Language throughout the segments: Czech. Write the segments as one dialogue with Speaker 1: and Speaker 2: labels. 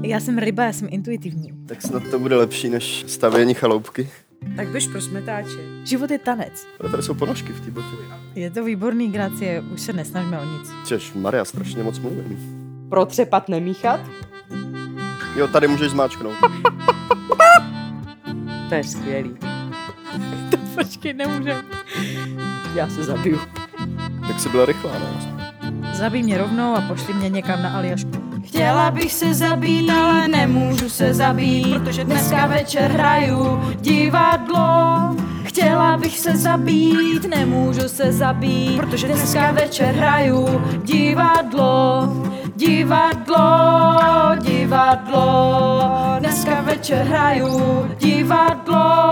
Speaker 1: Já jsem ryba, já jsem intuitivní.
Speaker 2: Tak snad to bude lepší než stavění chaloupky.
Speaker 3: Tak běž pro smetáče.
Speaker 1: Život je tanec.
Speaker 2: Ale tady jsou ponožky v té botě.
Speaker 1: Je to výborný, Gracie, už se nesnažíme o nic.
Speaker 2: Češ, Maria, strašně moc mluvím.
Speaker 3: Protřepat nemíchat?
Speaker 2: Jo, tady můžeš zmáčknout.
Speaker 3: To je skvělý.
Speaker 1: Počkej, nemůžem.
Speaker 3: Já se zabiju.
Speaker 2: Tak jsi byla rychlá, ne?
Speaker 1: Zabij mě rovnou a pošli mě někam na Aljašku.
Speaker 4: Chtěla bych se zabít, ale nemůžu se zabít, protože dneska večer hraju divadlo. Chtěla bych se zabít, nemůžu se zabít, protože dneska večer hraju divadlo. Divadlo, divadlo, dneska večer hraju divadlo.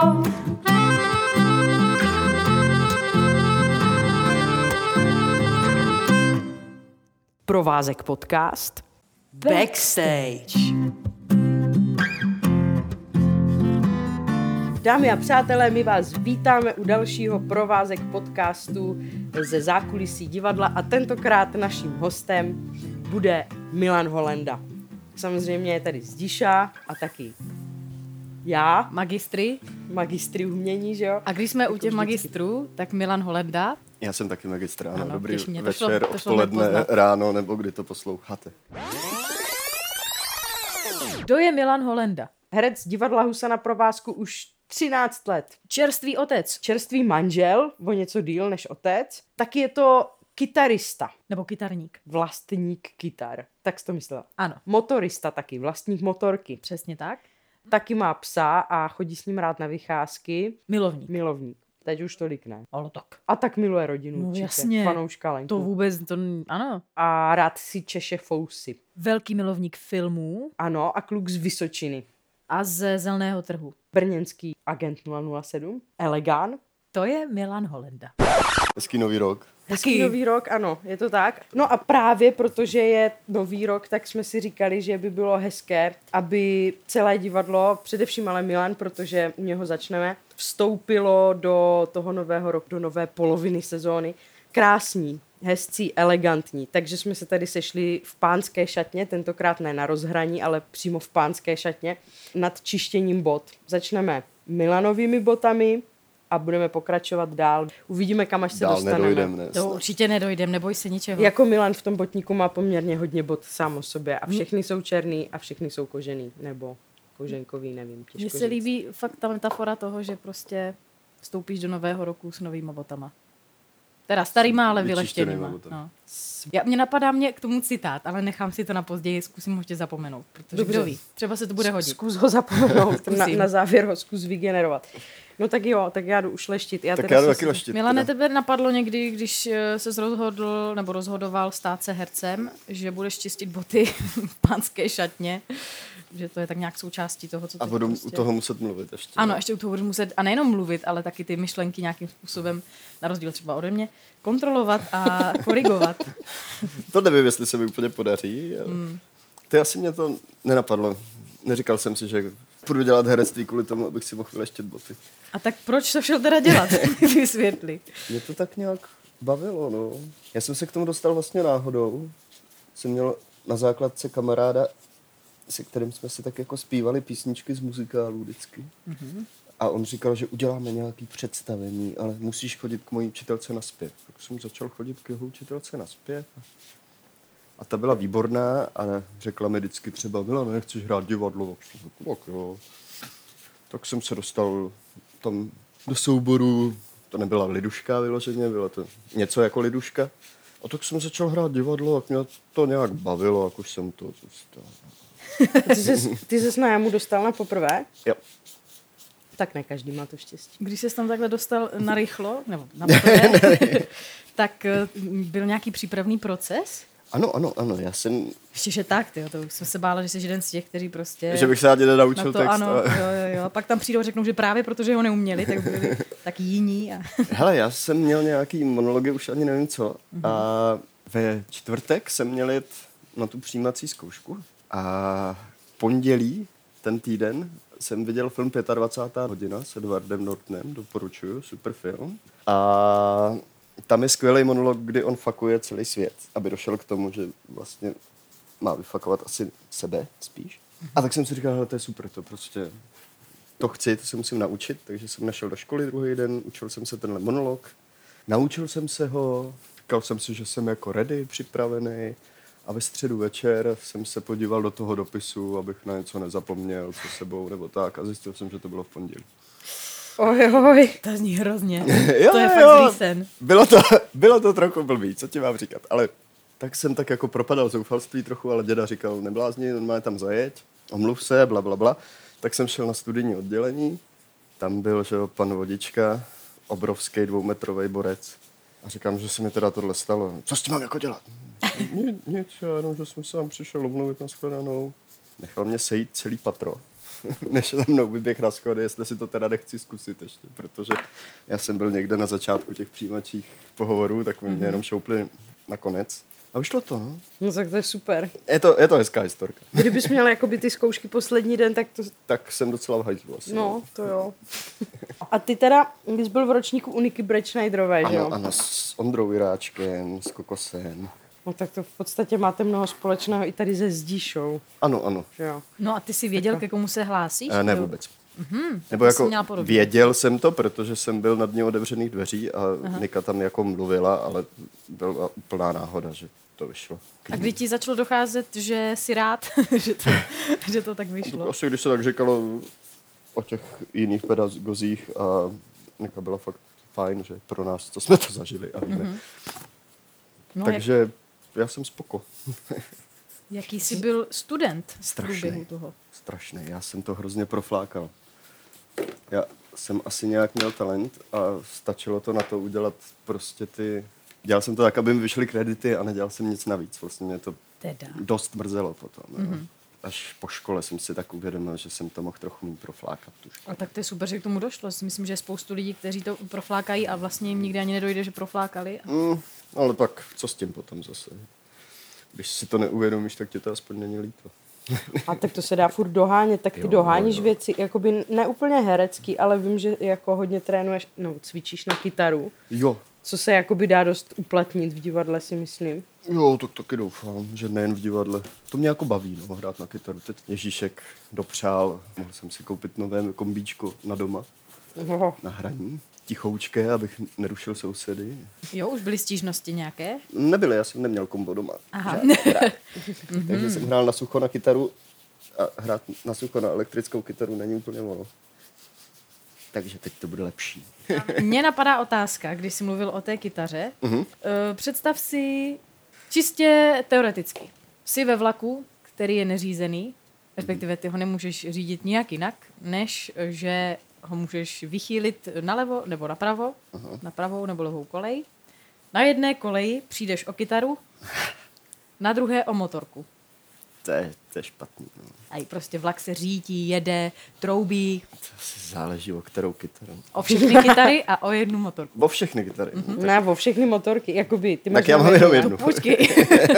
Speaker 3: Provázek podcast Backstage. Dámy a přátelé, my vás vítáme u dalšího Provázek podcastu ze zákulisí divadla a tentokrát naším hostem bude Milan Holenda. Samozřejmě je tady Zdiša a taky já, magistry umění, že jo?
Speaker 1: A když jsme u těch magistrů, tak Milan Holenda.
Speaker 2: Já jsem taky magistr, ano. Dobrý
Speaker 1: mě,
Speaker 2: večer,
Speaker 1: to šlo
Speaker 2: odpoledne, ráno, nebo kdy to posloucháte.
Speaker 1: Kdo je Milan Holenda?
Speaker 3: Herec divadla Husa na provázku už 13 let.
Speaker 1: Čerstvý otec.
Speaker 3: Čerstvý manžel, o něco díl než otec. Taky je to kytarista.
Speaker 1: Nebo kytarník.
Speaker 3: Vlastník kytar. Tak jsi to myslela.
Speaker 1: Ano.
Speaker 3: Motorista taky, vlastník motorky.
Speaker 1: Přesně tak.
Speaker 3: Taky má psa a chodí s ním rád na vycházky. Milovník. Teď už tolik ne.
Speaker 1: Ale tak.
Speaker 3: A tak miluje rodinu
Speaker 1: No
Speaker 3: určitě.
Speaker 1: jasně.
Speaker 3: Fanouška Lenku.
Speaker 1: To vůbec, ano.
Speaker 3: A rád si češe fousy.
Speaker 1: Velký milovník filmů.
Speaker 3: Ano, a kluk z Vysočiny.
Speaker 1: A ze Zeleného trhu.
Speaker 3: Brněnský agent 007. Elegán.
Speaker 1: To je Milan Holenda.
Speaker 2: Hezký nový rok.
Speaker 3: Hezký nový rok, ano, je to tak. No a právě protože je nový rok, tak jsme si říkali, že by bylo hezké, aby celé divadlo, především ale Milan, protože u něho začneme, vstoupilo do toho nového roku, do nové poloviny sezóny. Krásní, hezcí, elegantní. Takže jsme se tady sešli v pánské šatně, tentokrát ne na rozhraní, ale přímo v pánské šatně, nad čištěním bot. Začneme Milanovými botami a budeme pokračovat dál. Uvidíme, kam až se dostaneme.
Speaker 2: Nedojdem, ne?
Speaker 1: To určitě nedojdem, neboj se ničeho.
Speaker 3: Jako Milan v tom botníku má poměrně hodně bot sám o sobě a všechny jsou černý a všechny jsou kožený, nebo koženkový, nevím, těžko
Speaker 1: Mně se
Speaker 3: říct.
Speaker 1: líbí fakt ta metafora toho, že prostě vstoupíš do nového roku s novýma botama. Teda starýma, ale vyleštěnýma. No. Mě napadá k tomu citát, ale nechám si to na později, zkusím ho ještě zapomenout, protože
Speaker 3: Dobře.
Speaker 1: kdo ví, třeba se to bude hodit.
Speaker 3: Zkus ho zapomenout, na závěr ho zkus vygenerovat. No tak jo, tak já jdu už leštit.
Speaker 2: Tak já jdu taky leštit.
Speaker 1: Milane, tebe napadlo někdy, když ses rozhodoval stát se hercem, že budeš čistit boty v pánské šatně, že to je tak nějak součástí toho, co ty
Speaker 2: A budu
Speaker 1: prostě...
Speaker 2: u toho muset mluvit ještě.
Speaker 1: Ano, ještě u toho budu muset, a nejenom mluvit, ale taky ty myšlenky nějakým způsobem, na rozdíl třeba ode mě, kontrolovat a korigovat.
Speaker 2: To nevím, jestli se mi úplně podaří. To asi mě to nenapadlo. Neříkal jsem si, že budu dělat herectví kvůli tomu, abych si mohl vyleštět boty.
Speaker 1: A tak proč to šel teda dělat? Vysvětli.
Speaker 2: Mě to tak nějak bavilo, no. Já jsem se k tomu dostal vlastně náhodou. Jsem měl na základce kamaráda, se kterým jsme si tak jako zpívali písničky z muzikálů vždycky. Mm-hmm. A on říkal, že uděláme nějaký představení, ale musíš chodit k mojí učitelce na zpěv. Tak jsem začal chodit k jeho učitelce na zpěv. A ta byla výborná a řekla mi vždycky třeba, Milane, nechceš hrát divadlo? Tak jo. Tak jsem se dostal tam do souboru, to nebyla liduška vyloženě, bylo to něco jako liduška. A tak jsem začal hrát divadlo a mě to nějak bavilo, jak už jsem to dostal.
Speaker 3: Ty ses na jamu dostal na poprvé?
Speaker 2: Jo.
Speaker 3: Tak ne každý má to štěstí.
Speaker 1: Když ses tam takhle dostal narychlo, nebo na poprvé, tak byl nějaký přípravný proces?
Speaker 2: Ano, já jsem...
Speaker 1: Ještě, že tak, tyjo, to jsem se bála, že jsi jeden z těch, kteří prostě...
Speaker 2: Že bych se ani nenaučil text.
Speaker 1: Ano, jo. A pak tam přijdou a řeknou, že právě protože ho neuměli, tak byli tak jiní. A...
Speaker 2: Hele, já jsem měl nějaký monology, už ani nevím co. Mm-hmm. A ve čtvrtek jsem měl jít na tu přijímací zkoušku. A v pondělí, ten týden, jsem viděl film 25. hodina s Edwardem Nortonem, doporučuju, super film. A tam je skvělý monolog, kdy on fakuje celý svět, aby došel k tomu, že vlastně má vyfakovat asi sebe spíš. A tak jsem si říkal, hele, to je super, to prostě to chci, to se musím naučit, takže jsem našel do školy druhý den, učil jsem se tenhle monolog, naučil jsem se ho, říkal jsem si, že jsem jako ready, připravený a ve středu večer jsem se podíval do toho dopisu, abych na něco nezapomněl, co sebou nebo tak a zjistil jsem, že to bylo v pondělí.
Speaker 3: Ojoj.
Speaker 1: To zní hrozně.
Speaker 2: Jo,
Speaker 1: To je fakt zlý sen.
Speaker 2: Bylo to trochu blbý, co ti mám říkat, ale tak jsem tak jako propadal zoufalství trochu, ale děda říkal, neblázni, normálně tam zajeď, omluv se, bla, bla, bla. Tak jsem šel na studijní oddělení, tam byl, že jo, pan Vodička, obrovský 2metrový borec. A říkám, že se mi teda tohle stalo. Co s tím mám jako dělat? Nic, já jenom, že jsem sám přišel omluvit na shledanou. Nechal mě sejít celý patro, než za mnou vyběh na schody, jestli si to teda nechci zkusit ještě, protože já jsem byl někde na začátku těch přijímacích pohovorů, tak mě jenom šoupli na konec. A vyšlo to, no.
Speaker 3: No tak to je super.
Speaker 2: Je to hezká historka.
Speaker 3: Kdybys měl jakoby ty zkoušky poslední den, tak to...
Speaker 2: Tak jsem docela v hajzlu asi.
Speaker 3: No, to jo. A ty teda, když byl v ročníku Uniky Brečnajderové, že jo?
Speaker 2: Ano, s Ondrou Jiráčkem, s Kokosem.
Speaker 3: No tak to v podstatě máte mnoho společného i tady se Zdíšou.
Speaker 2: Ano.
Speaker 3: Že jo?
Speaker 1: No a ty jsi věděl, ke komu se hlásíš?
Speaker 2: Ne, vůbec.
Speaker 1: Mhm,
Speaker 2: Nebo jako
Speaker 1: podobně.
Speaker 2: věděl jsem to, protože jsem byl na dně otevřených dveří a Nika tam jako mluvila, ale byla úplná náhoda, že to vyšlo.
Speaker 1: A kdy ti začalo docházet, že jsi rád, že to tak vyšlo?
Speaker 2: Asi když se tak říkalo o těch jiných pedagozích a Nika byla fakt fajn, že pro nás, co jsme to zažili a víme.
Speaker 1: No,
Speaker 2: takže já jsem spoko.
Speaker 1: Jaký jsi byl student v průběhu toho?
Speaker 2: Strašný, já jsem to hrozně proflákal. Já jsem asi nějak měl talent a stačilo to na to udělat prostě Dělal jsem to tak, aby mi vyšly kredity a nedělal jsem nic navíc. Vlastně mě to dost mrzelo potom. Mm-hmm. Až po škole jsem si tak uvědomil, že jsem to mohl trochu mít proflákat.
Speaker 1: A tak to je super, že k tomu došlo. Myslím, že je spoustu lidí, kteří to proflákají a vlastně jim nikdy ani nedojde, že proflákali.
Speaker 2: Ale pak co s tím potom zase? Když si to neuvědomíš, tak ti to aspoň není líto.
Speaker 3: A tak to se dá furt dohánět, tak ty doháníš věci, jakoby ne úplně herecký, ale vím, že jako hodně trénuješ, cvičíš na kytaru.
Speaker 2: Jo.
Speaker 3: Co se jakoby dá dost uplatnit v divadle, si myslím.
Speaker 2: Jo, tak taky doufám, že nejen v divadle. To mě jako baví, hrát na kytaru. Teď Ježíšek dopřál, mohl jsem si koupit nové kombíčko na doma, na hraní. Tichoučké, abych nerušil sousedy.
Speaker 1: Jo, už byly stížnosti nějaké?
Speaker 2: Nebyly, já jsem neměl kombo doma.
Speaker 1: Aha.
Speaker 2: Takže jsem hrál na sucho na kytaru a hrát na sucho na elektrickou kytaru není úplně ono. Takže teď to bude lepší.
Speaker 1: Mně napadá otázka, když jsi mluvil o té kytaře. Představ si čistě teoreticky. Jsi ve vlaku, který je neřízený, respektive ty ho nemůžeš řídit nijak jinak, než že ho můžeš vychýlit nalevo nebo napravo, na pravou nebo levou kolej. Na jedné koleji přijdeš o kytaru, na druhé o motorku.
Speaker 2: To je špatný. No.
Speaker 1: A prostě vlak se řítí, jede, troubí.
Speaker 2: To asi záleží o kterou kytaru.
Speaker 1: O všechny kytary a o jednu motorku.
Speaker 2: O všechny kytary.
Speaker 3: Ne, o všechny motorky, jakoby. Ty
Speaker 2: tak já mám jenom jednu.
Speaker 1: Počkej.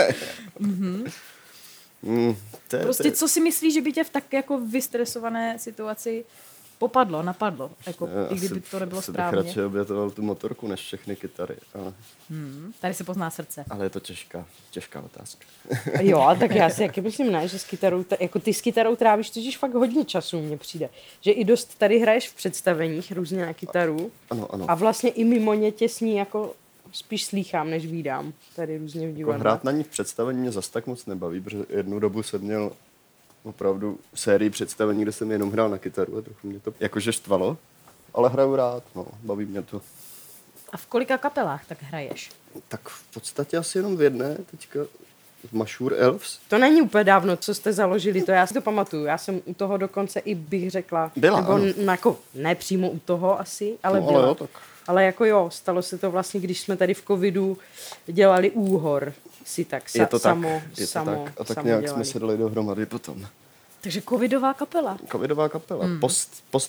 Speaker 1: Prostě co si myslíš, že by tě v tak jako vystresované situaci napadlo, jako, i kdyby to nebylo správně.
Speaker 2: Bych radši obětoval tu motorku než všechny kytary. Ale...
Speaker 1: Tady se pozná srdce.
Speaker 2: Ale je to těžká otázka.
Speaker 3: Jo, ale tak já si jaký myslím, ne, že s kytarou, jako ty s kytarou trávíš totiž fakt hodně času, mně přijde. Že i dost tady hraješ v představeních různě na kytaru.
Speaker 2: Ano.
Speaker 3: A vlastně i mimo ně tě s ní jako spíš slýchám, než vídám tady různě v divadle.
Speaker 2: Jako hrát na ní v představení mě zas tak moc nebaví, protože jednu dobu jsem měl opravdu sérii představení, kde jsem jenom hrál na kytaru a trochu mě to jakože štvalo, ale hraju rád, baví mě to.
Speaker 1: A v kolika kapelách tak hraješ?
Speaker 2: Tak v podstatě asi jenom v jedné, teďka v Mašur Elves.
Speaker 3: To není úplně dávno, co jste založili, to já si to pamatuju. Já jsem u toho dokonce i bych řekla.
Speaker 2: Byla,
Speaker 3: nebo jako, ne přímo u toho asi, ale byla.
Speaker 2: Ale jo, tak.
Speaker 3: Ale jako jo, stalo se to vlastně, když jsme tady v covidu dělali Úhor. Si tak
Speaker 2: je to tak. A tak nějak
Speaker 3: dělali.
Speaker 2: jsme se dali dohromady potom.
Speaker 1: Takže covidová kapela.
Speaker 2: Covidová kapela.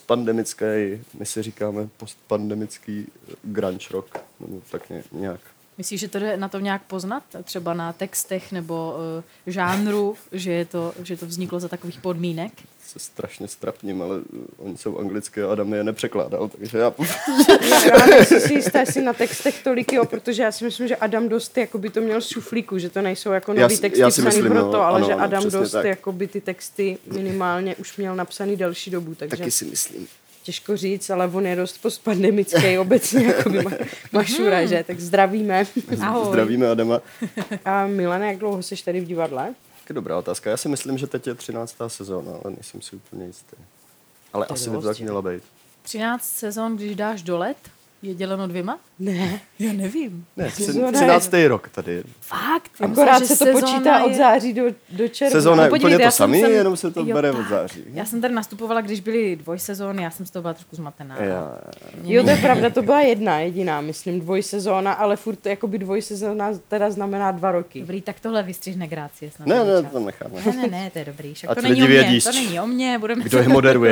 Speaker 2: Postpandemický, my si říkáme postpandemický grunge rock, nebo tak nějak.
Speaker 1: Myslíš, že to jde na to nějak poznat? Třeba na textech nebo žánru, že to vzniklo za takových podmínek?
Speaker 2: Se strašně strapním, ale oni jsou anglické a Adam je nepřekládal, takže já...
Speaker 3: Já nejsem si jistá, jestli na textech tolik, jo, protože já si myslím, že Adam dost jakoby to měl z šuflíku, že to nejsou jako nový texty psaný pro to, ale že Adam dost jakoby ty texty minimálně už měl napsaný delší dobu, takže...
Speaker 2: Taky si myslím.
Speaker 3: Těžko říct, ale on je dost postpandemický obecně, jakoby mašura, že? Tak zdravíme.
Speaker 1: Ahoj.
Speaker 2: Zdravíme Adama.
Speaker 3: A Milane, jak dlouho jsi tady v divadle?
Speaker 2: To je dobrá otázka. Já si myslím, že teď je 13. sezóna, ale nejsem si úplně jistý. Ale
Speaker 3: to
Speaker 2: asi by to tak měla být.
Speaker 1: 13 sezon, když dáš do let, je děleno 2?
Speaker 3: Ne.
Speaker 1: Já nevím.
Speaker 2: Ne, 13. rok tady.
Speaker 1: Fakt?
Speaker 3: Akorát se to počítá od září do června.
Speaker 2: Sezóna je úplně to samé, jenom se to bere od září.
Speaker 1: Já jsem tady nastupovala, když byly 2 sezóny, já jsem z toho byla trošku zmatená.
Speaker 3: Jo, to je pravda, to byla jediná, myslím, 2 sezóna, ale furt jakoby 2 sezóna teda znamená 2 roky.
Speaker 1: Dobrý, tak tohle vystřihne Grácie snad.
Speaker 2: Ne, to necháme.
Speaker 1: Ne, to je dobrý. Však
Speaker 2: ať
Speaker 1: to není o
Speaker 2: vědí,
Speaker 1: mě, to není o mě.
Speaker 2: Kdo je moderuje.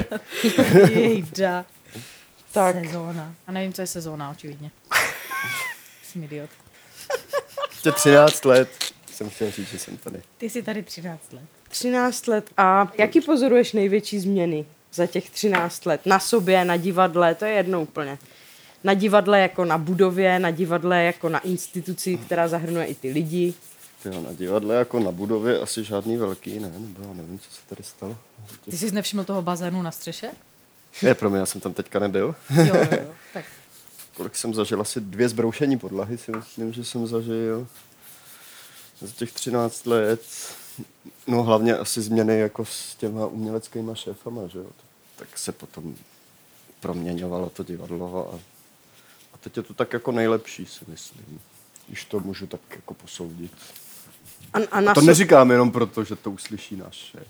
Speaker 1: Jejda.
Speaker 3: Tak.
Speaker 1: Sezóna. A nevím, co je sezóna, očividně. Jsem idiot.
Speaker 2: Ještě 13 let jsem chtěl říct, že jsem tady.
Speaker 1: Ty jsi tady 13 let.
Speaker 3: 13 let. A jaký pozoruješ největší změny za těch 13 let? Na sobě, na divadle, to je jedno úplně. Na divadle jako na budově, na divadle jako na instituci, která zahrnuje i ty lidi.
Speaker 2: Jo, na divadle jako na budově asi žádný velký, ne, nebo já nevím, co se tady stalo.
Speaker 1: Ty jsi nevšiml toho bazénu na střeše?
Speaker 2: Ne, pro mě, já jsem tam teďka nebyl.
Speaker 1: Jo, tak.
Speaker 2: Kolik jsem zažil? Asi 2 zbroušení podlahy si myslím, že jsem zažil. Za těch 13 let, no hlavně asi změny jako s těma uměleckýma šéfama, že jo. Tak se potom proměňovalo to divadlo a teď je to tak jako nejlepší, si myslím. Když to můžu tak jako posoudit. A to neříkám jenom proto, že to uslyší náš šéf.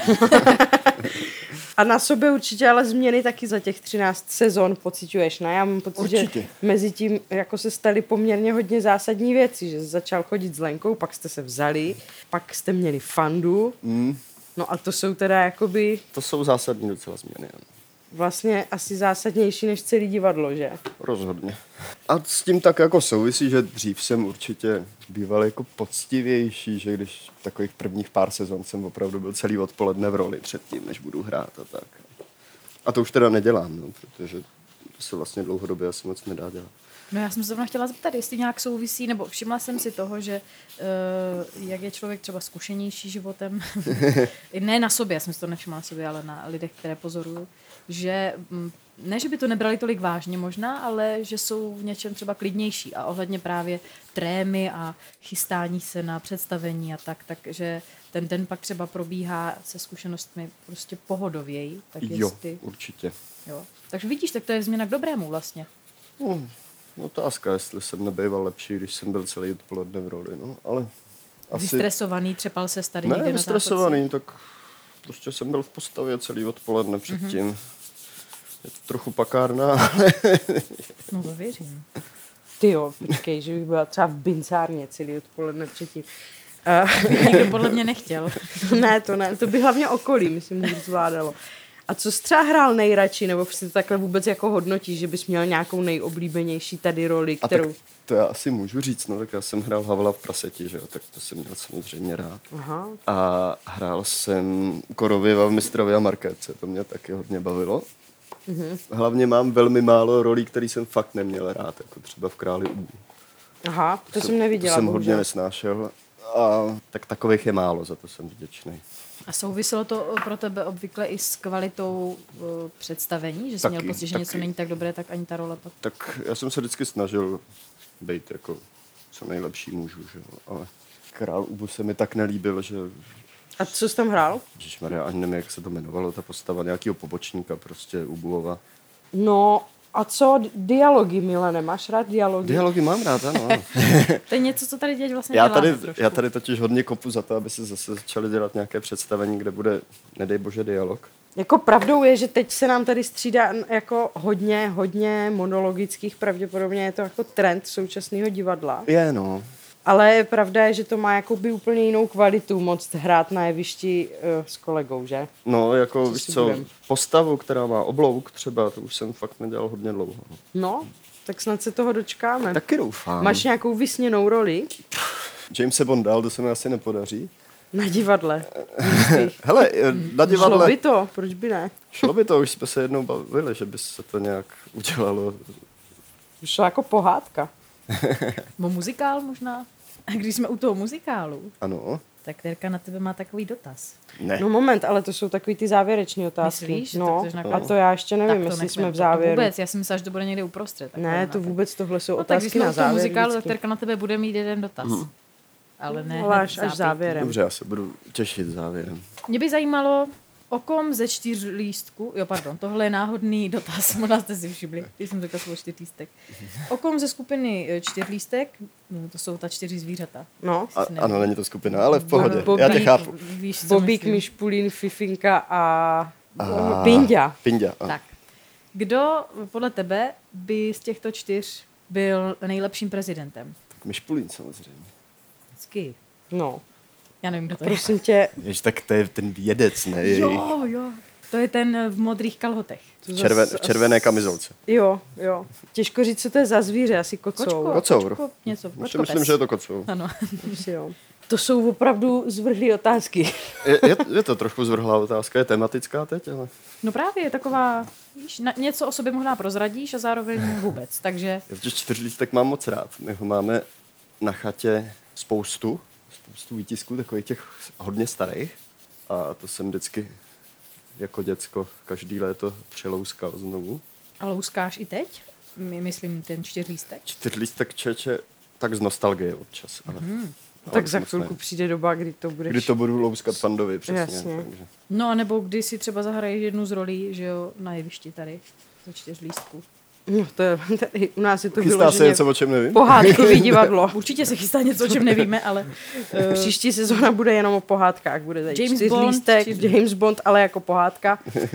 Speaker 3: A na sobě určitě ale změny taky za těch 13 sezon pociťuješ, ne? Já mám pocit,
Speaker 2: určitě.
Speaker 3: Že mezi tím jako se staly poměrně hodně zásadní věci, že jsi začal chodit s Lenkou, pak jste se vzali, pak jste měli fandu, no a to jsou teda jakoby...
Speaker 2: To jsou zásadní docela změny, ano.
Speaker 3: Vlastně asi zásadnější než celý divadlo, že?
Speaker 2: Rozhodně. A s tím tak jako souvisí, že dřív jsem určitě býval jako poctivější, že když takových prvních pár sezon jsem opravdu byl celý odpoledne v roli předtím, než budu hrát a tak. A to už teda nedělám, no, protože to se vlastně dlouhodobě asi moc nedá dělat.
Speaker 1: No já jsem se zrovna chtěla zeptat, jestli nějak souvisí, nebo všimla jsem si toho, že jak je člověk třeba zkušenější životem, ne na sobě, já jsem si to nevšimla na sobě, ale na lidech, které pozoruju, že ne, že by to nebrali tolik vážně možná, ale že jsou v něčem třeba klidnější a ohledně právě trémy a chystání se na představení a tak, takže ten den pak třeba probíhá se zkušenostmi prostě pohodověji. Tak
Speaker 2: jo, určitě.
Speaker 1: Jo. Takže vidíš, tak to je změna k dobrému vlastně.
Speaker 2: Otázka, jestli jsem nebejval lepší, když jsem byl celý odpoledne v roli, no, ale asi...
Speaker 1: Vystresovaný, třepal se tady někde na
Speaker 2: Ne, vystresovaný, tak prostě jsem byl v postavě celý odpoledne předtím. Je to trochu pakárna, ale...
Speaker 1: No to věřím.
Speaker 3: Tyjo, počkej, že bych byla třeba v bincárně celý odpoledne předtím.
Speaker 1: Nikdo podle mě nechtěl.
Speaker 3: Ne, to by hlavně okolí, myslím, že zvládalo. A co jsi třeba hrál nejradši, nebo si to takhle vůbec jako hodnotíš, že bys měl nějakou nejoblíbenější tady roli, kterou...
Speaker 2: A tak to já asi můžu říct, no, tak já jsem hrál Havla v Praseti, že jo, tak to jsem měl samozřejmě rád.
Speaker 3: Aha.
Speaker 2: A hrál jsem Korověva v Mistrovi a Markétce, to mě taky hodně bavilo. Hlavně mám velmi málo rolí, které jsem fakt neměl rád, jako třeba v Králi Ubu.
Speaker 3: Aha, to jsem neviděla.
Speaker 2: To jsem hodně nesnášel. A tak takových je málo, za to jsem vděčný.
Speaker 1: A souviselo to pro tebe obvykle i s kvalitou představení? Že jsi měl pocit, že něco není tak dobré, tak ani ta role pak?
Speaker 2: Tak já jsem se vždycky snažil být jako co nejlepší můžu, že jo. Ale Král Ubu se mi tak nelíbil, že...
Speaker 3: A co jsi tam hrál?
Speaker 2: Ježišmarja, ani nevím, jak se to jmenovalo, ta postava nějakého pobočníka, prostě Ubuova.
Speaker 3: No, a co dialogy, Mile, nemáš rád dialogy?
Speaker 2: Dialogy mám rád, ano.
Speaker 1: To je něco, co tady dělat vlastně děláme trošku.
Speaker 2: Já tady totiž hodně kopu za to, aby se zase začali dělat nějaké představení, kde bude, nedej bože, dialog.
Speaker 3: Jako pravdou je, že teď se nám tady střídá jako hodně monologických, pravděpodobně je to jako trend současného divadla.
Speaker 2: Je, no.
Speaker 3: Ale pravda je, že to má jakoby úplně jinou kvalitu moct hrát na jevišti s kolegou, že?
Speaker 2: No, jako víš co, postavu, která má oblouk třeba, to už jsem fakt nedělal hodně dlouho.
Speaker 3: No, Tak snad se toho dočkáme.
Speaker 2: Taky doufám.
Speaker 3: Máš nějakou vysněnou roli?
Speaker 2: Jamese Bondal, to se mi asi nepodaří.
Speaker 3: Na divadle.
Speaker 2: Hele, na divadle...
Speaker 3: Šlo by to, proč by ne?
Speaker 2: Šlo by to, už jsme se jednou bavili, že by se to nějak udělalo.
Speaker 3: Šlo jako pohádka.
Speaker 1: Bo muzikál možná? A když jsme u toho muzikálu,
Speaker 2: Ano.
Speaker 1: tak Terka na tebe má takový dotaz.
Speaker 2: Ne.
Speaker 3: No moment, ale to jsou takový ty závěreční otázky.
Speaker 1: Myslíš, že
Speaker 3: no,
Speaker 1: to chceš na
Speaker 3: a to já ještě nevím, jestli jsme v závěru.
Speaker 1: Vůbec, já si myslím, že to bude někde uprostřed.
Speaker 3: Ne, to vůbec tohle jsou
Speaker 1: no, tak když
Speaker 3: otázky
Speaker 1: jsme
Speaker 3: na
Speaker 1: u toho
Speaker 3: závěr.
Speaker 1: muzikálu, tak
Speaker 3: vždycky.
Speaker 1: Terka na tebe bude mít jeden dotaz. Ale ne
Speaker 3: Ale
Speaker 1: hned
Speaker 3: až
Speaker 1: zápětí.
Speaker 3: závěrem.
Speaker 2: Dobře, já se budu těšit závěrem.
Speaker 1: Mě by zajímalo, o kom ze 4 lístků, tohle je náhodný dotaz, možná jste si všimli, když jsem řekla slovo 4 lístek. O kom ze skupiny 4 lístek, to jsou ta 4 zvířata.
Speaker 3: No.
Speaker 2: Ano, není to skupina, ale v pohodě,
Speaker 3: Bobík,
Speaker 2: já tě chápu.
Speaker 1: Víš, co
Speaker 3: Bobík,
Speaker 1: myslím.
Speaker 3: Myšpulín, Fifinka a Pinďa.
Speaker 2: Pinďa, ano.
Speaker 1: Tak. Kdo podle tebe by z těchto 4 byl nejlepším prezidentem?
Speaker 2: Tak Myšpulín samozřejmě.
Speaker 1: Vždycky.
Speaker 3: No,
Speaker 1: Já nevím, kdo to je.
Speaker 3: prosím tě.
Speaker 2: Jež, tak to je ten vědec, ne?
Speaker 1: Jo. To je ten v modrých kalhotech.
Speaker 3: to
Speaker 2: V červené kamizolce.
Speaker 3: Jo. Těžko říct, co to je za zvíře, asi kocour.
Speaker 2: Kocour.
Speaker 1: Něco.
Speaker 2: Myslím, že je to kocour.
Speaker 1: Ano.
Speaker 3: Asi jo. To jsou opravdu zvrhlé otázky.
Speaker 2: Je to trošku zvrhlá otázka, je tematická teď, ale...
Speaker 1: No právě je taková, víš, něco o sobě možná prozradíš a zároveň vůbec, takže...
Speaker 2: Já totiž 4 lístek mám moc rád. My ho máme na chatě spoustu výtisků, takových těch hodně starých. A to jsem vždycky jako děcko každý léto přelouskal znovu.
Speaker 1: A louskáš i teď? Myslím ten 4 lístek.
Speaker 2: 4 lístek čeče, tak z nostalgie občas. Ale,
Speaker 3: Tak za chvilku přijde doba, kdy to budeš...
Speaker 2: Kdy to budu louskat pandovi, přesně.
Speaker 3: Jasně.
Speaker 2: Takže.
Speaker 1: No a nebo kdy si třeba zahraješ jednu z rolí, že jo, na jevišti tady, za 4 lístků.
Speaker 3: No, to je, tady, u nás je to
Speaker 2: Chystá se
Speaker 3: vyloženě
Speaker 2: něco, o čem nevím?
Speaker 3: pohádkový divadlo.
Speaker 1: Určitě se chystá něco, o čem nevíme, ale...
Speaker 3: Příští sezóna bude jenom o pohádkách. Bude tady
Speaker 1: James
Speaker 3: 4
Speaker 1: Bond,
Speaker 3: lístek, James Bond, ale jako pohádka.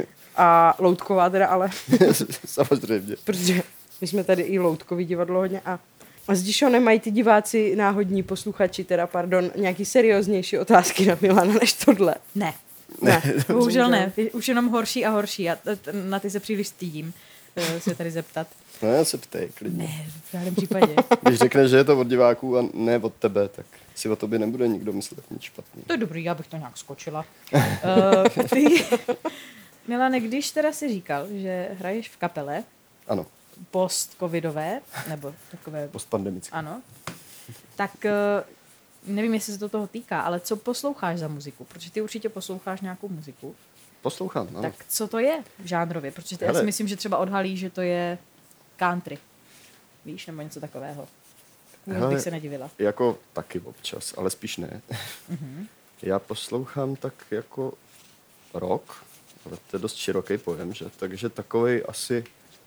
Speaker 3: A loutková teda, ale...
Speaker 2: Samozřejmě.
Speaker 3: Protože my jsme tady i loutkový divadlo hodně. A zdišo nemají ty diváci náhodní posluchači, teda pardon, nějaký serióznější otázky na Milana než tohle.
Speaker 1: Ne.
Speaker 3: Ne.
Speaker 1: Bohužel ne. Už jenom horší a horší. A na ty se příliš stydím se tady zeptat.
Speaker 2: No já se ptej, klidně.
Speaker 1: Ne, v žádném případě.
Speaker 2: Když řekneš, že je to od diváků a ne od tebe, tak si o tobě nebude nikdo myslet nic špatný.
Speaker 1: To je dobrý, já bych to nějak skočila. Milane, když teda si říkal, že hraješ v kapele
Speaker 2: Ano,
Speaker 1: post-covidové, nebo takové...
Speaker 2: postpandemické.
Speaker 1: Ano. Tak nevím, jestli se to toho týká, ale co posloucháš za muziku? Protože ty určitě posloucháš nějakou muziku.
Speaker 2: Poslouchám, ano.
Speaker 1: Tak co to je žánrově? Protože já si myslím, že třeba odhalí, že to je country. Víš, nebo něco takového. Vůbec bych se nedivila.
Speaker 2: Jako taky občas, ale spíš ne. Já poslouchám tak jako rock, ale to je dost široký pojem, že? Takže takovej asi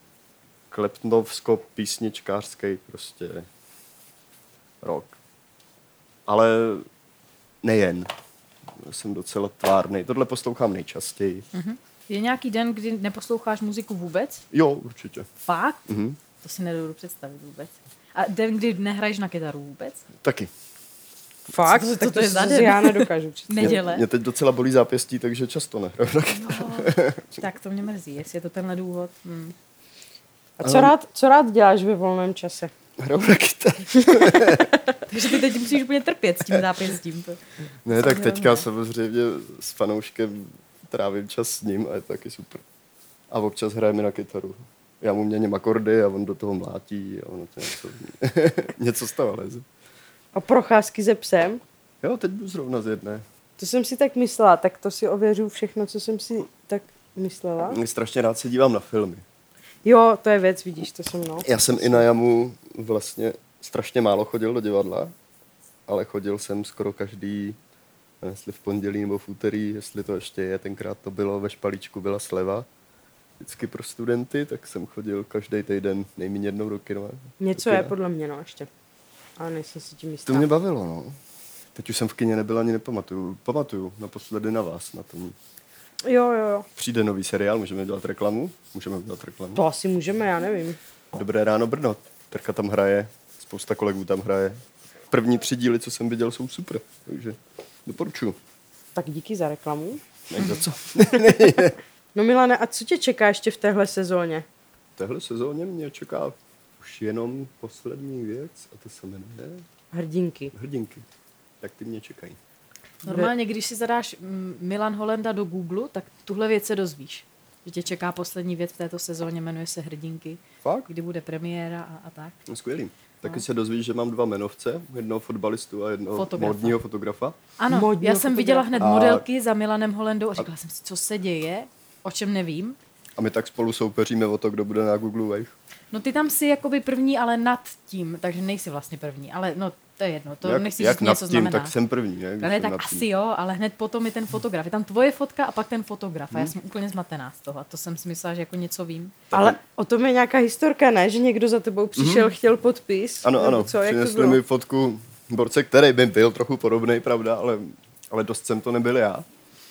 Speaker 2: klepnovsko-písničkářský prostě rock. Ale nejen. Jsem docela tvárnej. Tohle poslouchám nejčastěji.
Speaker 1: Je nějaký den, kdy neposloucháš muziku vůbec?
Speaker 2: Jo, určitě.
Speaker 1: Fakt? To si nedovedu představit vůbec. A den, kdy nehraješ na kytaru vůbec?
Speaker 2: Taky.
Speaker 3: Fakt?
Speaker 1: Co
Speaker 3: Tak
Speaker 1: to je za
Speaker 3: si
Speaker 1: den?
Speaker 3: já nedokážu představit.
Speaker 1: Neděle?
Speaker 2: Mě teď docela bolí zápěstí, takže často nehraju na kytaru.
Speaker 1: Tak to mě mrzí, jestli je to tenhle důvod.
Speaker 3: A co rád děláš ve volném čase?
Speaker 2: Hraju na kytaru.
Speaker 1: Takže ty teď musíš úplně trpět s tím zápěstím.
Speaker 2: Ne, tak teďka samozřejmě s fanouškem trávím čas s ním a je to taky super. A občas hrajeme na kytaru. Já mu měním akordy a on do toho mlátí a ono to něco z toho leze.
Speaker 3: A procházky se psem?
Speaker 2: Jo, teď jdu zrovna z jedné.
Speaker 3: To jsem si tak myslela, tak to si ověřu všechno, co jsem si tak myslela.
Speaker 2: Strašně rád se dívám na filmy.
Speaker 3: Jo, to je věc, vidíš, to jsem
Speaker 2: Já jsem i na jamu vlastně strašně málo chodil do divadla, ale chodil jsem skoro každý, jestli v pondělí nebo v úterý, jestli to ještě je, tenkrát to bylo, ve Špalíčku byla sleva. Vždycky pro studenty, tak jsem chodil každý týden nejméně jednou do kina.
Speaker 3: Něco je podle mě, no, ještě. Ale nejsem si tím jistá.
Speaker 2: To mě bavilo, no. Teď už jsem v kině nebyl ani nepamatuju. Pamatuju naposledy na vás, na tom.
Speaker 3: Jo.
Speaker 2: Přijde nový seriál, můžeme dělat reklamu? Můžeme udělat reklamu.
Speaker 3: To asi můžeme, já nevím.
Speaker 2: Dobré ráno Brno. Terka tam hraje, spousta kolegů tam hraje. První 3 díly, co jsem viděl, jsou super, takže doporučuji.
Speaker 3: Tak díky za reklamu.
Speaker 2: Ne, za co?
Speaker 3: No Milane, a co tě čeká ještě v téhle sezóně?
Speaker 2: V téhle sezóně mě čeká už jenom poslední věc, a to se jmenuje... Hrdinky. Tak ty mě čekají.
Speaker 1: Normálně, když si zadáš Milan Holenda do Google, tak tuhle věc se dozvíš. Že tě čeká poslední věc v této sezóně, jmenuje se Hrdinky.
Speaker 2: Fakt?
Speaker 1: Kdy bude premiéra a tak.
Speaker 2: No, skvělý. Taky se dozvíš, že mám 2 jmenovce, jednoho fotbalistu a jednoho módního fotografa.
Speaker 1: Ano, já jsem viděla hned modelky za Milanem Holendou a říkala jsem si, co se děje, o čem nevím.
Speaker 2: A my tak spolu soupeříme o to, kdo bude na Google Wave.
Speaker 1: No ty tam jsi jakoby první, ale nad tím, takže nejsi vlastně první, ale no to je jedno, to nechci
Speaker 2: jak
Speaker 1: říct něco
Speaker 2: nad tím,
Speaker 1: znamená.
Speaker 2: tak jsem první.
Speaker 1: Ne, tak asi jo, ale hned potom je ten fotograf. Je tam tvoje fotka a pak ten fotograf. A já jsem úplně zmatená z toho. A to jsem si myslela, že jako něco vím.
Speaker 3: Ale o tom je nějaká historka, ne? Že někdo za tebou přišel, chtěl podpis?
Speaker 2: Ano, přinesli mi fotku borce, který by byl trochu podobný, pravda, ale dost jsem to nebyl já.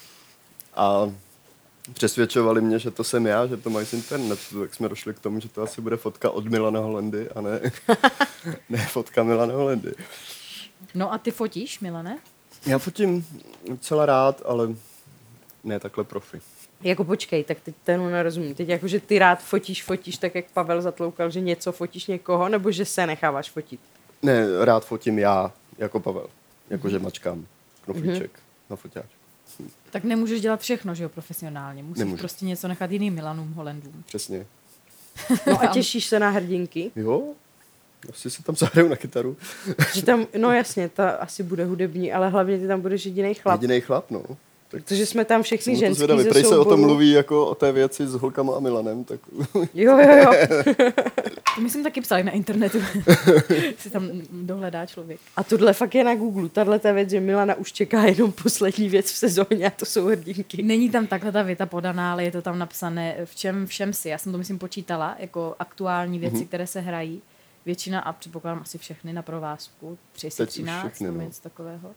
Speaker 2: A přesvědčovali mě, že to jsem já, že to mají z internetu, tak jsme došli k tomu, že to asi bude fotka od Milana Holendy a ne fotka Milana Holendy.
Speaker 1: No a ty fotíš, Milane?
Speaker 2: Já fotím docela rád, ale ne takhle profi.
Speaker 3: Jako počkej, tak teď tomu nerozumím. Teď jako, že ty rád fotíš, tak jak Pavel zatloukal, že něco fotíš někoho, nebo že se necháváš fotit?
Speaker 2: Ne, rád fotím já, jako Pavel. Jakože mačkám knoflíček na foťáč.
Speaker 1: Tak nemůžeš dělat všechno, že jo, profesionálně. Musíš
Speaker 2: Nemůžu.
Speaker 1: prostě něco nechat jiným Milanům Holendům.
Speaker 2: Přesně.
Speaker 3: No a těšíš se na Hrdinky?
Speaker 2: Jo, asi si tam zahraju na kytaru.
Speaker 3: Že tam, no jasně, ta asi bude hudební, ale hlavně ty tam budeš jedinej chlap.
Speaker 2: Jedinej chlap, no.
Speaker 3: Protože jsme tam všechny ženský
Speaker 2: zvědavý.
Speaker 3: ze
Speaker 2: Prej se o tom
Speaker 3: souboru.
Speaker 2: mluví jako o té věci s holkama a Milanem, tak...
Speaker 3: Jo.
Speaker 1: To myslím taky psali na internetu. Si tam dohledá člověk.
Speaker 3: A tohle fakt je na Google. Tahle ta věc, že Milana už čeká jenom poslední věc v sezóně a to jsou Hrdinky.
Speaker 1: Není tam takhle ta věta podaná, ale je to tam napsané v čem všem si. Já jsem to myslím počítala, jako aktuální věci, které se hrají. Většina a předpokládám asi všechny na provázku. 313 nebo něco takového.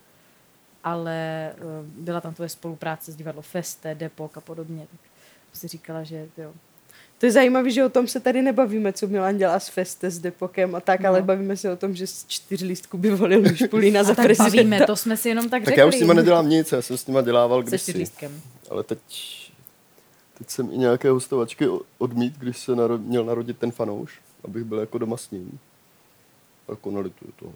Speaker 1: Ale byla tam tvoje spolupráce s divadlo Feste, Depok a podobně. Tak si říkala, že jo.
Speaker 3: To je zajímavé, že o tom se tady nebavíme, co Milan dělá s Feste, s Depokem a tak, ale bavíme se o tom, že z 4 lístků by volil Špulína za
Speaker 1: tak
Speaker 3: prezidenta.
Speaker 1: bavíme, to jsme si jenom tak řekli.
Speaker 2: Tak já už s nima nedělám nic, já jsem s nima dělával
Speaker 1: Se
Speaker 2: kdysi.
Speaker 1: 4.
Speaker 2: Ale teď jsem i nějaké hostovačky odmít, když se měl narodit ten fanouš, abych byl jako doma s ním. Jako nelituju toho.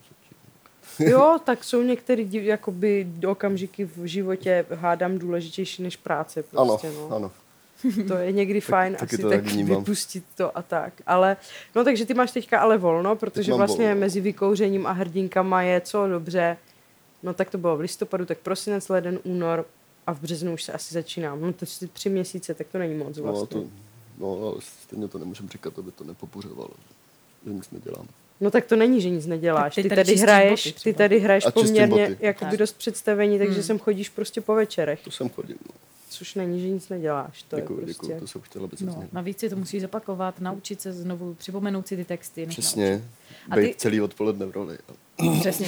Speaker 3: Jo, tak jsou některé jakoby okamžiky v životě hádám důležitější než práce. Prostě,
Speaker 2: ano.
Speaker 3: To je někdy fajn
Speaker 2: taky
Speaker 3: asi
Speaker 2: to
Speaker 3: tak
Speaker 2: vnímám.
Speaker 3: vypustit to a tak. Ale, no takže ty máš teďka ale volno, protože vlastně
Speaker 2: volno.
Speaker 3: mezi vykouřením a Hrdinkama je co dobře. No tak to bylo v listopadu, tak prosinec, leden, únor a v březnu už se asi začíná. No to 3 měsíce, tak to není moc vlastně.
Speaker 2: No, ale stejně to nemůžem říkat, aby to nepopuřovalo, že nic nedělám.
Speaker 3: No tak to není, že nic neděláš.
Speaker 1: Ty
Speaker 3: Ty tady hraješ
Speaker 2: A
Speaker 3: poměrně jakoby dost představení, takže sem chodíš prostě po večerech.
Speaker 2: To jsem chodil, no.
Speaker 3: Což není, že nic neděláš. To
Speaker 2: Děkuji,
Speaker 3: je prostě...
Speaker 2: to jsem chtěla být
Speaker 1: No, navíc si to musíš zopakovat, naučit se znovu, připomenout si ty texty.
Speaker 2: Přesně,
Speaker 1: A
Speaker 2: být celý odpoledne v roli.
Speaker 1: Přesně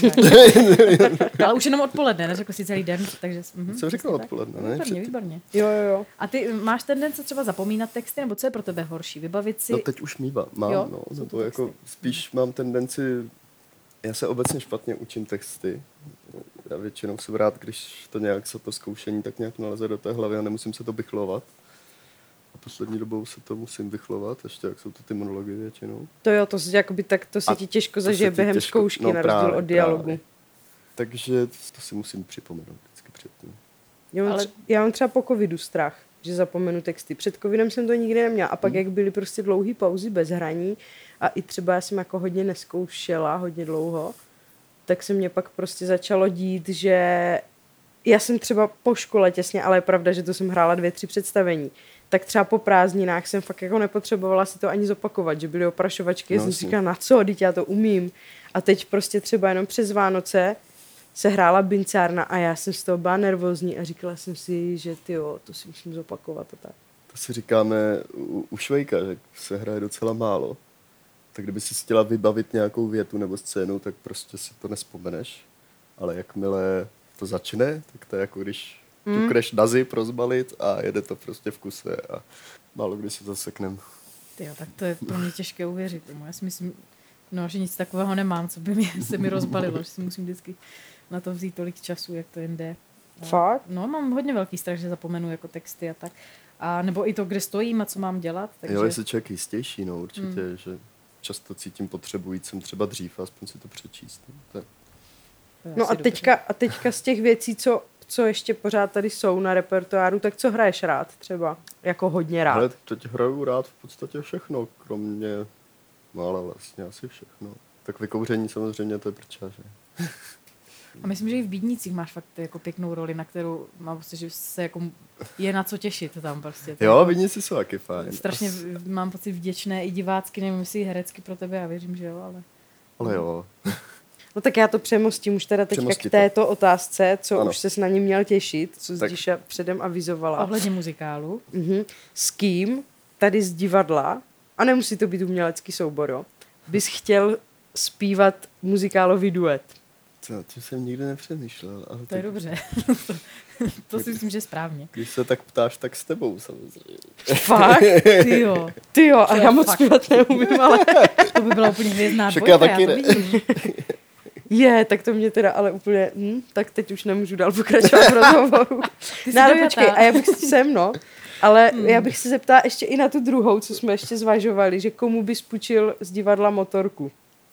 Speaker 1: tak. Ale už jenom odpoledne, neřekl si celý den, takže...
Speaker 2: Jsem řekl odpoledne, ne?
Speaker 1: Výborně.
Speaker 3: Jo.
Speaker 1: A ty máš tendence třeba zapomínat texty, nebo co je pro tebe horší? Vybavit si...
Speaker 2: No teď už mám,
Speaker 1: jo,
Speaker 2: no. Nebo jako spíš mám tendenci... Já se obecně špatně učím texty. Já většinou jsem rád, když to nějak se to zkoušení tak nějak naleze do té hlavy a nemusím se to vychlovat. A poslední dobou se to musím vychlovat, ještě jak jsou to ty monology většinou.
Speaker 3: To jo, to se, jakoby, tak to se ti těžko zažije během zkoušky, na rozdíl od dialogu. Právě.
Speaker 2: Takže to si musím připomenout vždycky předtím.
Speaker 3: Já mám třeba po covidu strach, že zapomenu texty. Před covidem jsem to nikdy neměla. A pak, jak byly prostě dlouhé pauzy bez hraní a i třeba já jsem jako hodně neskoušela, hodně dlouho, tak se mě pak prostě začalo dít, že já jsem třeba po škole těsně, ale je pravda, že to jsem hrála 2-3 představení, tak třeba po prázdninách jsem fakt jako nepotřebovala si to ani zopakovat, že byly oprašovačky, já jsem si říkala, na co, teď já to umím. A teď prostě třeba jenom přes Vánoce se hrála bincárna a já jsem z toho byla nervózní a říkala jsem si, že tyjo, to si musím zopakovat a tak.
Speaker 2: To si říkáme u Švejka, že se hraje docela málo. Tak kdyby si chtěla vybavit nějakou větu nebo scénu, tak prostě si to nespomeneš. Ale jakmile to začne, tak to je jako když ťukneš na zip rozbalit a jede to prostě v kuse a málo kdy se zaseknem.
Speaker 1: Tyjo, tak to je pro mě těžké uvěřit tomu. Já si myslím, že nic takového nemám, co by se mi rozbalilo, že si musím vždycky na to vzít tolik času, jak to jen jde.
Speaker 3: Fakt?
Speaker 1: No, mám hodně velký strach, že zapomenu jako texty a tak. A nebo i to, kde stojím a co mám dělat. Takže...
Speaker 2: Jo, jestli člověk jistější, no určitě, že často cítím potřebu jít sem třeba dřív a aspoň si to přečíst.
Speaker 3: No a teďka z těch věcí, co ještě pořád tady jsou na repertoáru, tak co hraješ rád třeba? Jako hodně rád.
Speaker 2: Ale teď hraju rád v podstatě všechno, kromě mála vlastně asi všechno. Tak vykouření samozřejmě to je prča, že?
Speaker 1: A myslím, že i v Bídnicích máš fakt jako pěknou roli, na kterou mám pocit, že se jako je na co těšit tam prostě.
Speaker 2: Jo, Bídnici jsou taky fajn.
Speaker 1: Strašně mám pocit vděčné i divácky, nevím, jestli herecky pro tebe, já věřím, že jo, ale...
Speaker 2: Ale jo.
Speaker 3: No tak já to přemostím už teda teďka k této otázce, co ano. Už ses na ní měl těšit, co Zdiša předem avizovala.
Speaker 1: Ohledně muzikálu.
Speaker 3: S kým tady z divadla, a nemusí to být umělecký soubor, jo, bys chtěl zpívat muzikálový duet?
Speaker 2: Tím jsem nikdy nepřemýšlel. Ale
Speaker 1: to je dobře. To si myslím, že je správně.
Speaker 2: Když se tak ptáš, tak s tebou samozřejmě.
Speaker 3: Fakt? Tyjo, a já moc zpívat neumím, ale...
Speaker 1: To by byla úplně hvězdná dvojka, já to vidím.
Speaker 3: Tak to mě teda ale úplně... tak teď už nemůžu dál pokračovat v rozhovoru. Ale počkej, a já bych ale já bych se zeptala ještě i na tu druhou, co jsme ještě zvažovali, že komu bys půjčil z divadla motorku?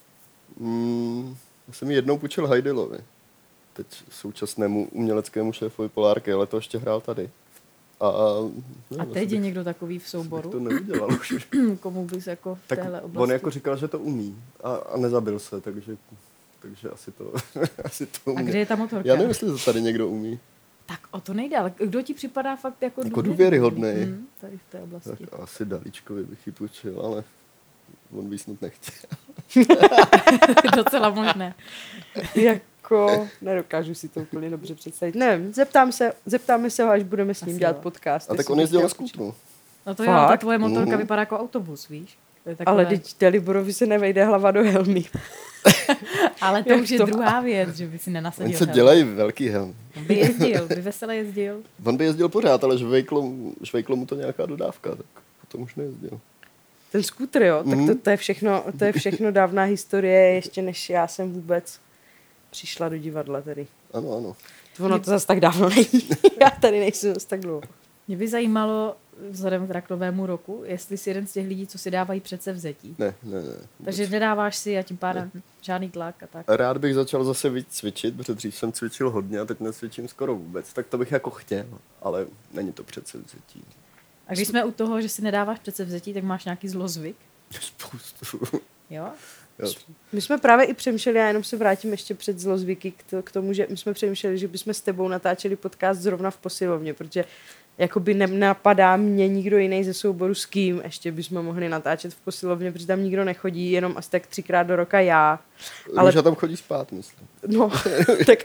Speaker 2: Já jsem jednou půjčil Heidelovi. Teď současnému uměleckému šéfovi Polárky, ale to ještě hrál tady.
Speaker 3: A
Speaker 1: teď je někdo takový v souboru?
Speaker 2: To neudělal už.
Speaker 1: Komu bys jako v
Speaker 2: tak
Speaker 1: téhle oblasti?
Speaker 2: On jako říkal, že to umí a nezabil se, takže asi to umí.
Speaker 1: A kde je ta motorka?
Speaker 2: Já nevím, jestli to tady někdo umí.
Speaker 1: Tak o to nejde, ale kdo ti připadá fakt jako
Speaker 2: důvěryhodný?
Speaker 1: Tady v té oblasti.
Speaker 2: Tak asi Dalíčkovi bych ji půjčil, ale on by snad nechtěl.
Speaker 1: Docela možné.
Speaker 3: Jako, nedokážu si to úplně dobře představit. Nevím, zeptáme se ho, až budeme s ním dělat podcast.
Speaker 2: A tak on jezdil na skútru.
Speaker 1: No to jo, ta tvoje motorka vypadá jako autobus, víš?
Speaker 3: Ale teď Daliborovi se nevejde hlava do helmy.
Speaker 1: Ale to už je druhá věc, že by si nenasadil
Speaker 2: helmy. Oni se dělají velký helmy.
Speaker 1: On by vesele jezdil.
Speaker 2: On by jezdil pořád, ale žvejklo mu to nějaká dodávka, tak potom už nejezdil.
Speaker 3: Ten skútr, jo? Tak to je všechno dávná historie, ještě než já jsem vůbec přišla do divadla tady.
Speaker 2: Ano.
Speaker 3: Ono to zase tak dávno není. Já tady nejsem zase tak dlouho.
Speaker 1: Mě by zajímalo, vzhledem k novému roku, jestli jsi jeden z těch lidí, co si dávají předsevzetí.
Speaker 2: Ne.
Speaker 1: Takže nedáváš si a tím pádem žádný tlak a tak.
Speaker 2: Rád bych začal zase víc cvičit, protože dřív jsem cvičil hodně a teď necvičím skoro vůbec. Tak to bych jako chtěl, ale není to předsevzetí.
Speaker 1: A když jsme u toho, že si nedáváš předsevzetí, tak máš nějaký zlozvyk?
Speaker 2: Spoustu.
Speaker 1: Jo?
Speaker 3: My jsme právě i přemýšleli, já jenom se vrátím ještě před zlozvyky k tomu, že my jsme přemýšleli, že bychom s tebou natáčeli podcast zrovna v posilovně, protože jakoby nenapadá mě nikdo jiný ze souboru, s kým ještě bychom mohli natáčet v posilovně, protože tam nikdo nechodí, jenom asi tak 3krát do roka já.
Speaker 2: Ale tam chodí spát, myslím.
Speaker 3: No, tak...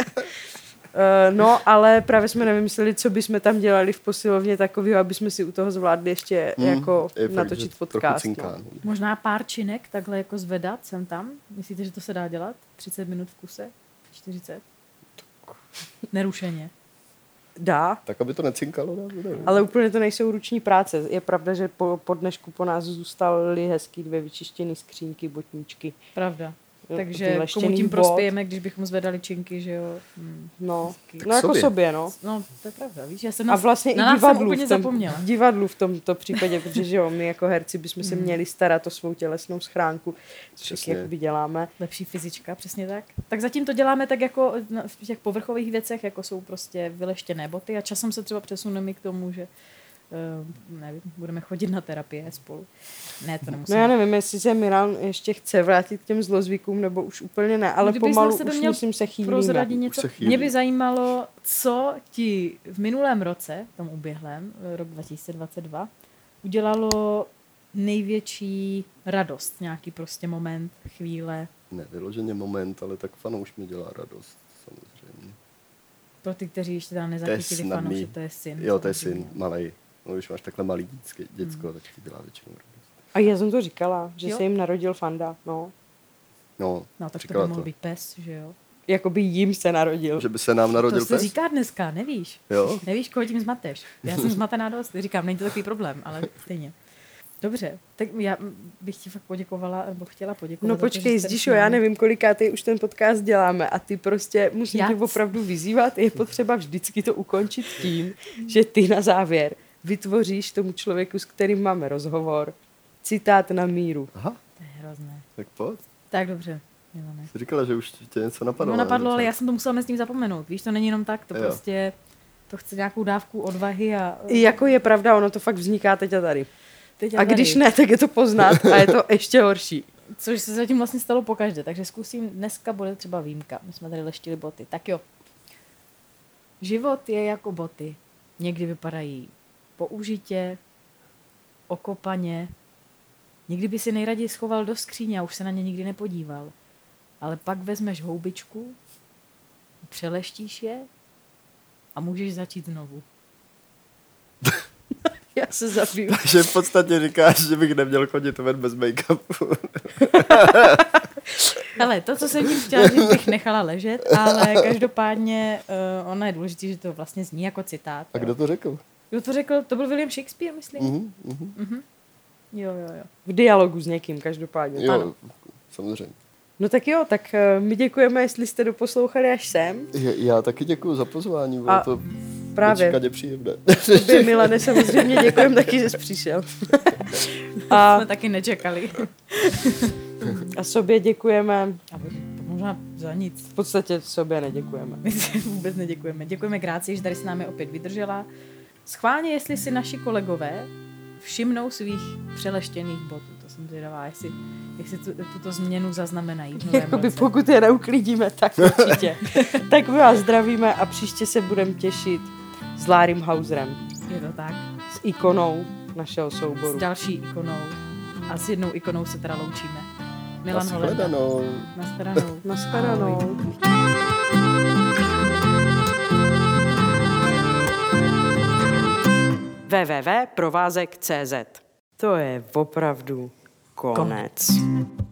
Speaker 3: ale právě jsme nevymysleli, co bychom tam dělali v posilovně takového, aby jsme si u toho zvládli ještě jako natočit podcast.
Speaker 1: Možná pár činek takhle jako zvedat sem tam. Myslíte, že to se dá dělat? 30 minut v kuse? 40? Nerušeně.
Speaker 3: Dá.
Speaker 2: Tak, aby to necinkalo.
Speaker 3: Ale úplně to nejsou ruční práce. Je pravda, že po dnešku po nás zůstaly hezký 2 vyčištěné skřínky, botníčky.
Speaker 1: Pravda. Takže komu tím prospějeme, když bychom zvedali činky, že jo?
Speaker 3: No jako sobě, no.
Speaker 1: No, to je pravda, víš, já jsem
Speaker 3: a vlastně
Speaker 1: i
Speaker 3: divadlu v tomto případě, protože jo, my jako herci bychom se měli starat o svou tělesnou schránku, což jakoby děláme.
Speaker 1: Lepší fyzička, přesně tak. Tak zatím to děláme tak jako v těch povrchových věcech, jako jsou prostě vyleštěné boty a časem se třeba přesuneme k tomu, že nevím, budeme chodit na terapie spolu. Ne, to nemusíme.
Speaker 3: No já nevím, jestli se Milan ještě chce vrátit k těm zlozvykům, nebo už úplně ne, ale pomalu už musím se chýlíme.
Speaker 1: Mě by zajímalo, co ti v minulém roce, tom uběhlém, rok 2022, udělalo největší radost, nějaký prostě moment, chvíle.
Speaker 2: Ne, vyloženě moment, ale tak fanouš mi dělá radost, samozřejmě.
Speaker 1: Pro ty, kteří ještě teda nezachytili fanouše, to je syn.
Speaker 2: Jo, to je syn, malej. No, když máš takhle malý děcko, tak ti dělá většinou radost.
Speaker 3: A já jsem to říkala, že se jim narodil fanda,
Speaker 2: No,
Speaker 1: tak to by mohl být pes, že jo?
Speaker 3: Jakoby jim se narodil.
Speaker 2: Že by se nám narodil pes?
Speaker 1: To se říká dneska, nevíš.
Speaker 2: Jo?
Speaker 1: Nevíš, koho tím zmateš. Já jsem zmatená dost, říkám, není to takový problém, ale stejně. Dobře, tak já bych ti fakt poděkovala, nebo chtěla poděkovat.
Speaker 3: No počkej, Zdišo, já nevím, kolikátej už ten podcast děláme a ty prostě musím tě opravdu vyzývat, je potřeba vždycky to ukončit tím, že ty na závěr vytvoříš tomu člověku, s kterým máme rozhovor, citát na míru.
Speaker 2: Aha,
Speaker 1: To je hrozné.
Speaker 2: Tak pojď.
Speaker 1: Tak dobře, Milane.
Speaker 2: Jsi říkala, že už tě něco napadlo.
Speaker 1: No napadlo, ale já jsem to musela mezi tím zapomenout. Víš, to není jenom tak, to
Speaker 2: Jo.
Speaker 1: prostě, to chce nějakou dávku odvahy a...
Speaker 3: Jako je pravda, ono to fakt vzniká teď a tady.
Speaker 1: Teď
Speaker 3: A když ne, tak je to poznat a je to ještě horší.
Speaker 1: Což se zatím vlastně stalo pokaždé, takže zkusím, dneska bude třeba výjimka. My jsme tady leštili boty. Tak jo. Život je jako boty. Někdy vypadají použitě, okopaně. Někdy by si nejraději schoval do skříně a už se na ně nikdy nepodíval. Ale pak vezmeš houbičku, přeleštíš je a můžeš začít znovu.
Speaker 3: Já se zabiju.
Speaker 2: Takže v podstatě říkáš, že bych neměl chodit ven bez make-upu.
Speaker 1: Hele, to, co jsem tím chtěla, že bych nechala ležet, ale každopádně ono je důležité, že to vlastně zní jako citát.
Speaker 2: A kdo to řekl?
Speaker 1: Kdo to řekl? To byl William Shakespeare, myslím. Jo.
Speaker 3: V dialogu s někým, každopádně.
Speaker 2: Jo,
Speaker 3: Ano.
Speaker 2: samozřejmě.
Speaker 3: No tak jo, tak my děkujeme, jestli jste doposlouchali až sem.
Speaker 2: Já taky děkuju za pozvání, bylo
Speaker 3: A
Speaker 2: to
Speaker 3: právě.
Speaker 2: nečekaně příjemné.
Speaker 3: Tobě, Milane, samozřejmě děkujeme taky, že jsi přišel.
Speaker 1: Jsme taky nečekali.
Speaker 3: A sobě děkujeme.
Speaker 1: A to možná za nic.
Speaker 3: V podstatě sobě neděkujeme.
Speaker 1: My si vůbec neděkujeme. Děkujeme Grácii, že tady s námi opět vydržela. Schválně, jestli si naši kolegové všimnou svých přeleštěných botů. To jsem zvědavá, jestli tuto změnu zaznamenají v novém
Speaker 3: Jakoby
Speaker 1: roce.
Speaker 3: pokud je neuklidíme, tak určitě. Tak my vás zdravíme a příště se budeme těšit s Lárym Hauserem.
Speaker 1: Je to tak.
Speaker 3: S ikonou našeho
Speaker 1: S
Speaker 3: souboru.
Speaker 1: další ikonou. A s jednou ikonou se teda loučíme. Milan Holenda.
Speaker 2: Nashledanou.
Speaker 1: Nashledanou.
Speaker 3: Nashledanou. www.provázek.cz To je opravdu konec.